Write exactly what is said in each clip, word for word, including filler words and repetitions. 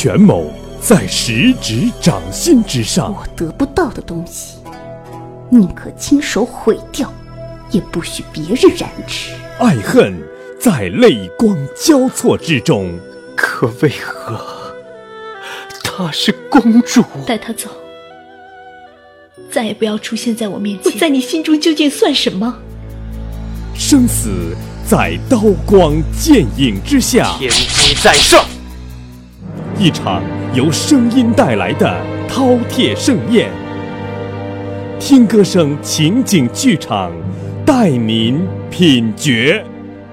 权谋在十指掌心之上。 我得不到的东西，宁可亲手毁掉，也不许别人染指。 爱恨在泪光交错之中。 可为何她是公主？ 带她走，再也不要出现在我面前。我在你心中究竟算什么？ 生死在刀光剑影之下。 天机在上。 一场由声音带来的饕餮盛宴，听歌声情景剧场带您品觉。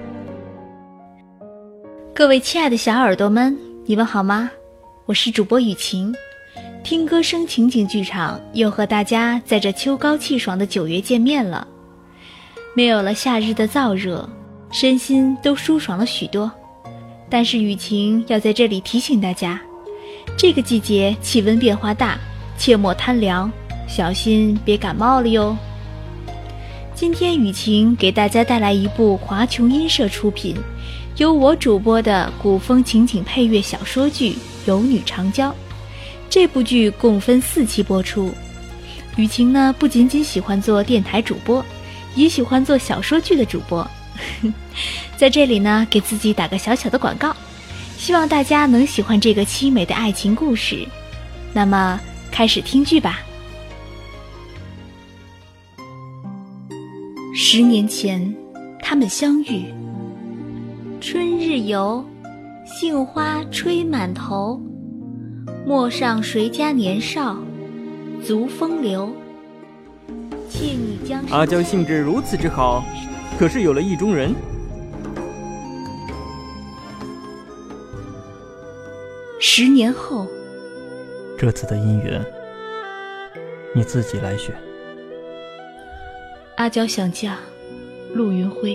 各位亲爱的小耳朵们，你们好吗？我是主播雨晴，听歌声情景剧场又和大家在这秋高气爽的九月见面了。没有了夏日的燥热，身心都舒爽了许多。但是雨晴要在这里提醒大家，这个季节气温变化大，切莫贪凉，小心别感冒了哟。今天雨晴给大家带来一部华琼音社出品，由我主播的古风情景配乐小说剧《有女长娇》。这部剧共分四期播出。雨晴呢，不仅仅喜欢做电台主播，也喜欢做小说剧的主播。在这里呢，给自己打个小小的广告，希望大家能喜欢这个凄美的爱情故事。那么，开始听剧吧。十年前，他们相遇。春日游，杏花吹满头。陌上谁家年少，足风流。妾拟江山。 阿娇兴致如此之好，可是有了意中人。 十年后， 这次的姻缘，你自己来选。 阿娇想嫁陆云辉，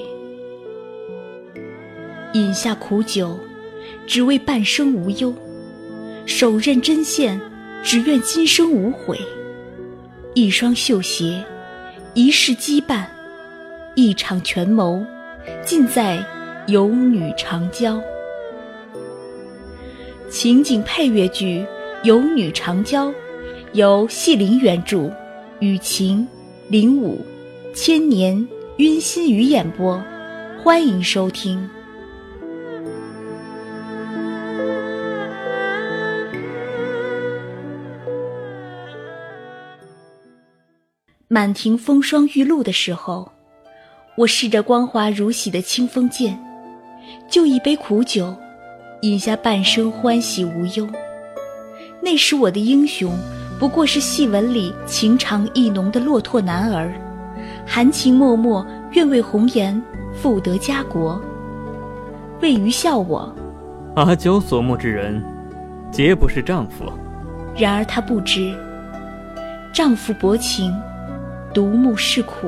饮下苦酒，只为半生无忧；手刃针线，只愿今生无悔。一双绣鞋，一世羁绊，一场权谋，尽在有女长娇。情景配乐剧《有女长娇》，由细林原著，雨晴、林武、千年、晕心语演播，欢迎收听。满庭风霜玉露的时候，我试着光滑如洗的清风剑，就一杯苦酒，饮下半生欢喜无忧。那时我的英雄不过是戏文里情长意浓的落拓男儿，含情脉脉，愿为红颜复得家国。魏余笑我， 阿娇所慕之人，皆不是丈夫。 然而她不知，丈夫薄情，独慕是苦。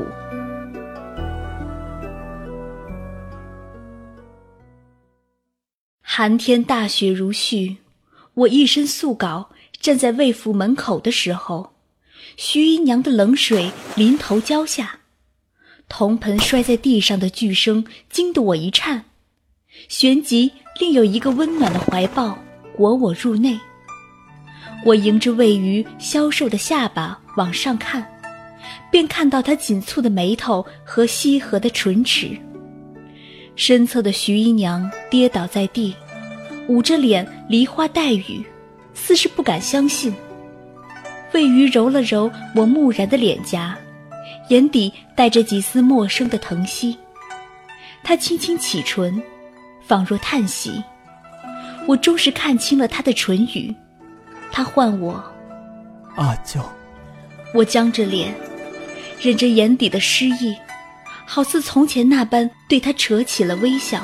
寒天大雪如絮，我一身素稿站在魏府门口的时候，徐姨娘的冷水淋头浇下，铜盆摔在地上的巨声惊得我一颤，旋即另有一个温暖的怀抱裹我入内。我迎着魏余消瘦的下巴往上看，便看到她紧蹙的眉头和翕合的唇齿。身侧的徐姨娘跌倒在地，捂着脸梨花带雨，似是不敢相信。魏余揉了揉我木然的脸颊，眼底带着几丝陌生的疼惜。他轻轻启唇，仿若叹息。我终是看清了他的唇语，他唤我阿娇。 我僵着脸，忍着眼底的失意，好似从前那般对他扯起了微笑。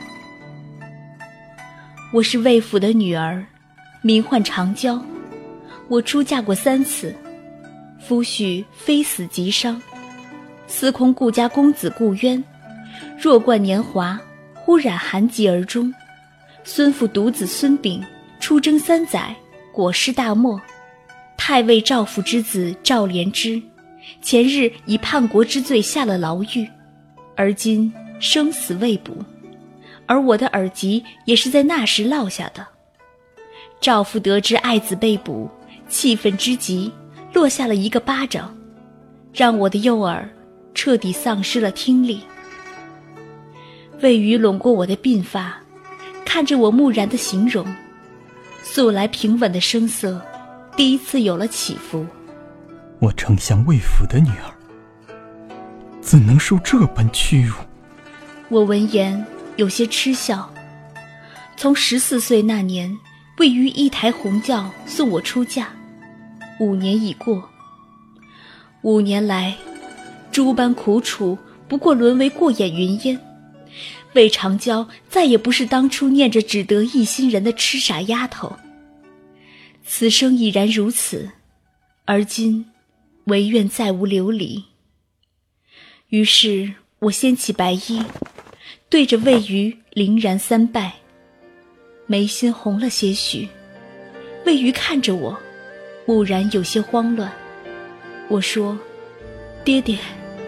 我是魏府的女儿，名唤长娇。我出嫁过三次，夫婿非死即伤，司空顾家公子顾渊，弱冠年华，忽染寒疾而终。孙父独子孙炳出征三载，果失大没。太尉赵府之子赵连之，前日以叛国之罪下了牢狱，而今生死未卜。而我的耳疾也是在那时落下的。 赵父得知爱子被捕，气愤之极，落下了一个巴掌，让我的右耳彻底丧失了听力。魏瑜拢过我的鬓发，看着我木然的形容，素来平稳的声色第一次有了起伏。 我丞相魏府的女儿，怎能受这般屈辱？ 我闻言有些嗤笑。从十四岁那年，位于一台红轿送我出嫁，五年已过。五年来，诸般苦楚不过沦为过眼云烟。魏长娇再也不是当初念着只得一心人的痴傻丫头。此生已然如此，而今唯愿再无流离。于是我掀起白衣，对着魏瑜凛然三拜，眉心红了些许。魏瑜看着我，蓦然有些慌乱。我说：爹爹，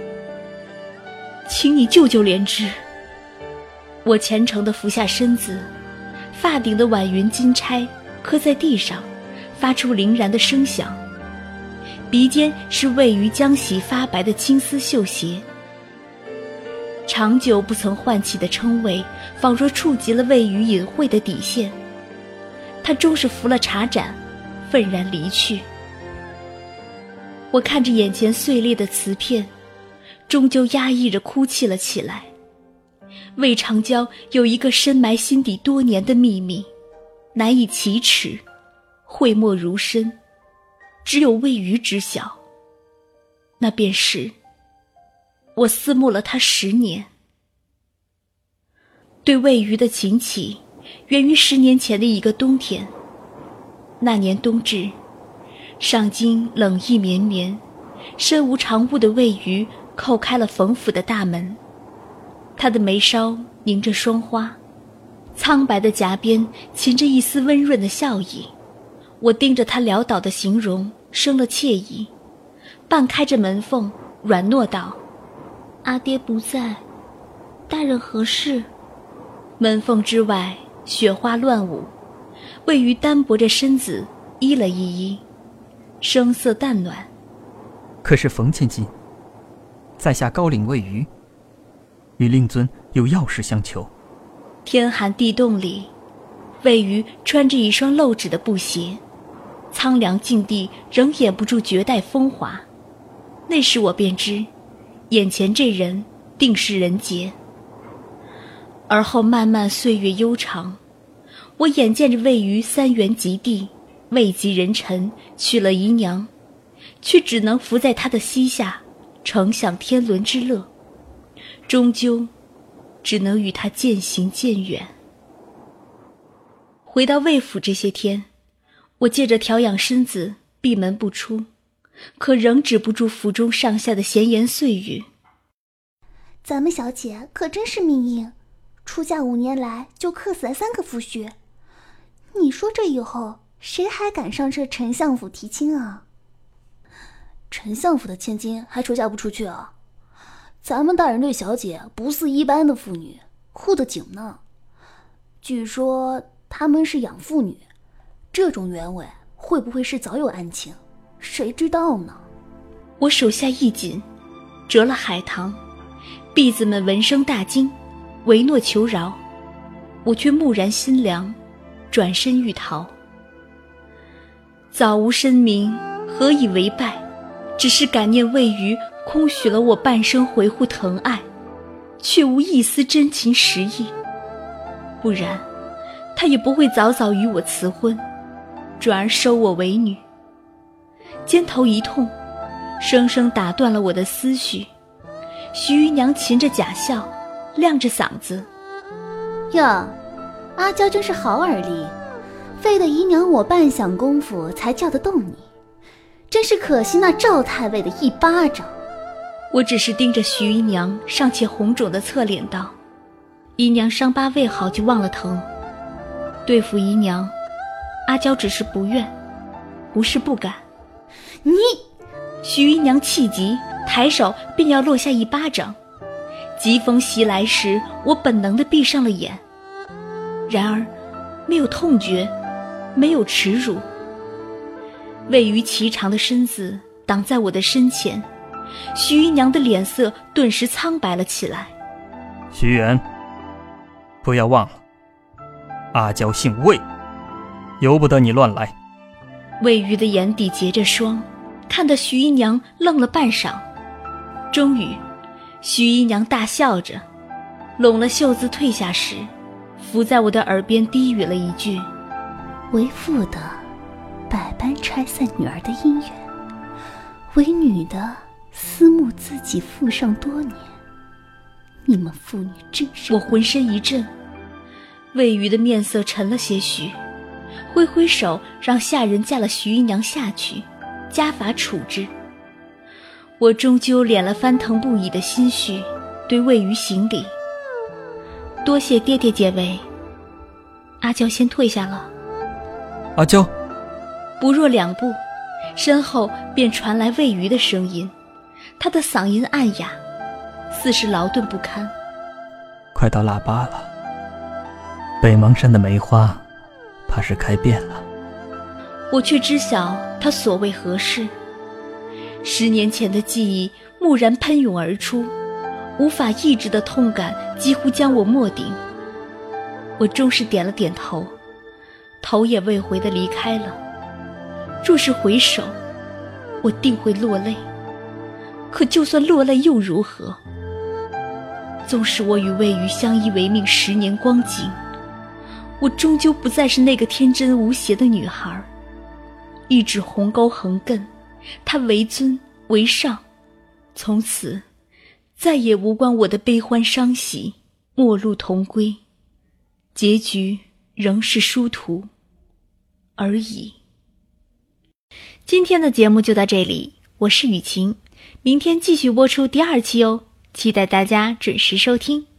请你救救莲枝。我虔诚地俯下身子，发顶的晚云金钗磕在地上，发出凛然的声响。鼻尖是位于将洗发白的青丝绣鞋。长久不曾唤起的称谓，仿若触及了位于隐晦的底线。他终是扶了茶盏，愤然离去。我看着眼前碎裂的瓷片，终究压抑着哭泣了起来。魏长娇有一个深埋心底多年的秘密，难以启齿，讳莫如深，只有魏瑜知晓。那便是我思慕了他十年。对魏瑜的情起源于十年前的一个冬天。那年冬至，上京冷意绵绵，身无长物的魏瑜叩开了冯府的大门。他的眉梢凝着霜花，苍白的颊边噙着一丝温润的笑意。我盯着他潦倒的形容，生了惬意，半开着门缝，软糯道：阿爹不在，大人何事？门缝之外雪花乱舞，魏瑜单薄着身子依了一依，声色淡暖。 可是冯千金，在下高领魏瑜，与令尊有要事相求。 天寒地冻里，魏瑜穿着一双露趾的布鞋，苍凉境地仍掩不住绝代风华。那时我便知，眼前这人定是人杰。而后漫漫岁月悠长，我眼见着魏瑜三元及第，位极人臣，娶了姨娘，却只能伏在他的膝下，承享天伦之乐，终究只能与他渐行渐远。回到魏府这些天，我借着调养身子闭门不出，可仍止不住府中上下的闲言碎语。 咱们小姐可真是命硬，出嫁五年来就克死了三个夫婿。你说这以后谁还敢上这丞相府提亲啊？ 丞相府的千金还出嫁不出去啊？咱们大人对小姐不似一般的妇女，护得紧呢。据说他们是养父女，这种原委会不会是早有案情？谁知道呢？ 我手下一紧，折了海棠，婢子们闻声大惊，唯诺求饶。我却蓦然心凉，转身欲逃。早无深明，何以为败？只是感念魏瑜空许了我半生维护疼爱，却无一丝真情实意。不然，他也不会早早与我辞婚，转而收我为女。肩头一痛，生生打断了我的思绪。徐姨娘噙着假笑，亮着嗓子： 呀，阿娇真是好耳力，非得姨娘我半晌功夫才叫得动你，真是可惜那赵太尉的一巴掌。 我只是盯着徐姨娘尚且红肿的侧脸道：姨娘伤疤未好就忘了疼。对付姨娘，阿娇只是不愿，不是不敢。 你！ 徐姨娘气急，抬手便要落下一巴掌。疾风袭来时，我本能地闭上了眼，然而没有痛觉， 没有耻辱。位于颀长的身子挡在我的身前，徐姨娘的脸色顿时苍白了起来。 徐远，不要忘了，阿娇姓魏，由不得你乱来。 魏瑜的眼底结着霜，看得徐姨娘愣了半晌。终于，徐姨娘大笑着，拢了袖子退下时，伏在我的耳边低语了一句： 为父的百般拆散女儿的姻缘，为女的思慕自己负上多年，你们父女真是…… 我浑身一震，魏瑜的面色沉了些许，挥挥手让下人架了徐姨娘下去，家法处置。我终究敛了翻腾不已的心绪，对魏瑜行礼：多谢爹爹解围，阿娇先退下了。 阿娇。 不若两步，身后便传来魏瑜的声音，他的嗓音暗哑，似是劳顿不堪。 快到腊八了，北邙山的梅花怕是开遍了。 我却知晓他所谓何事。十年前的记忆蓦然喷涌而出，无法抑制的痛感几乎将我没顶。我终是点了点头，头也未回地离开了。若是回首，我定会落泪。可就算落泪又如何？纵使我与魏瑜相依为命十年光景，我终究不再是那个天真无邪的女孩。一指鸿沟横亘，她为尊为上，从此再也无关我的悲欢伤喜，陌路同归，结局仍是殊途而已。今天的节目就到这里，我是雨晴，明天继续播出第二期哦，期待大家准时收听。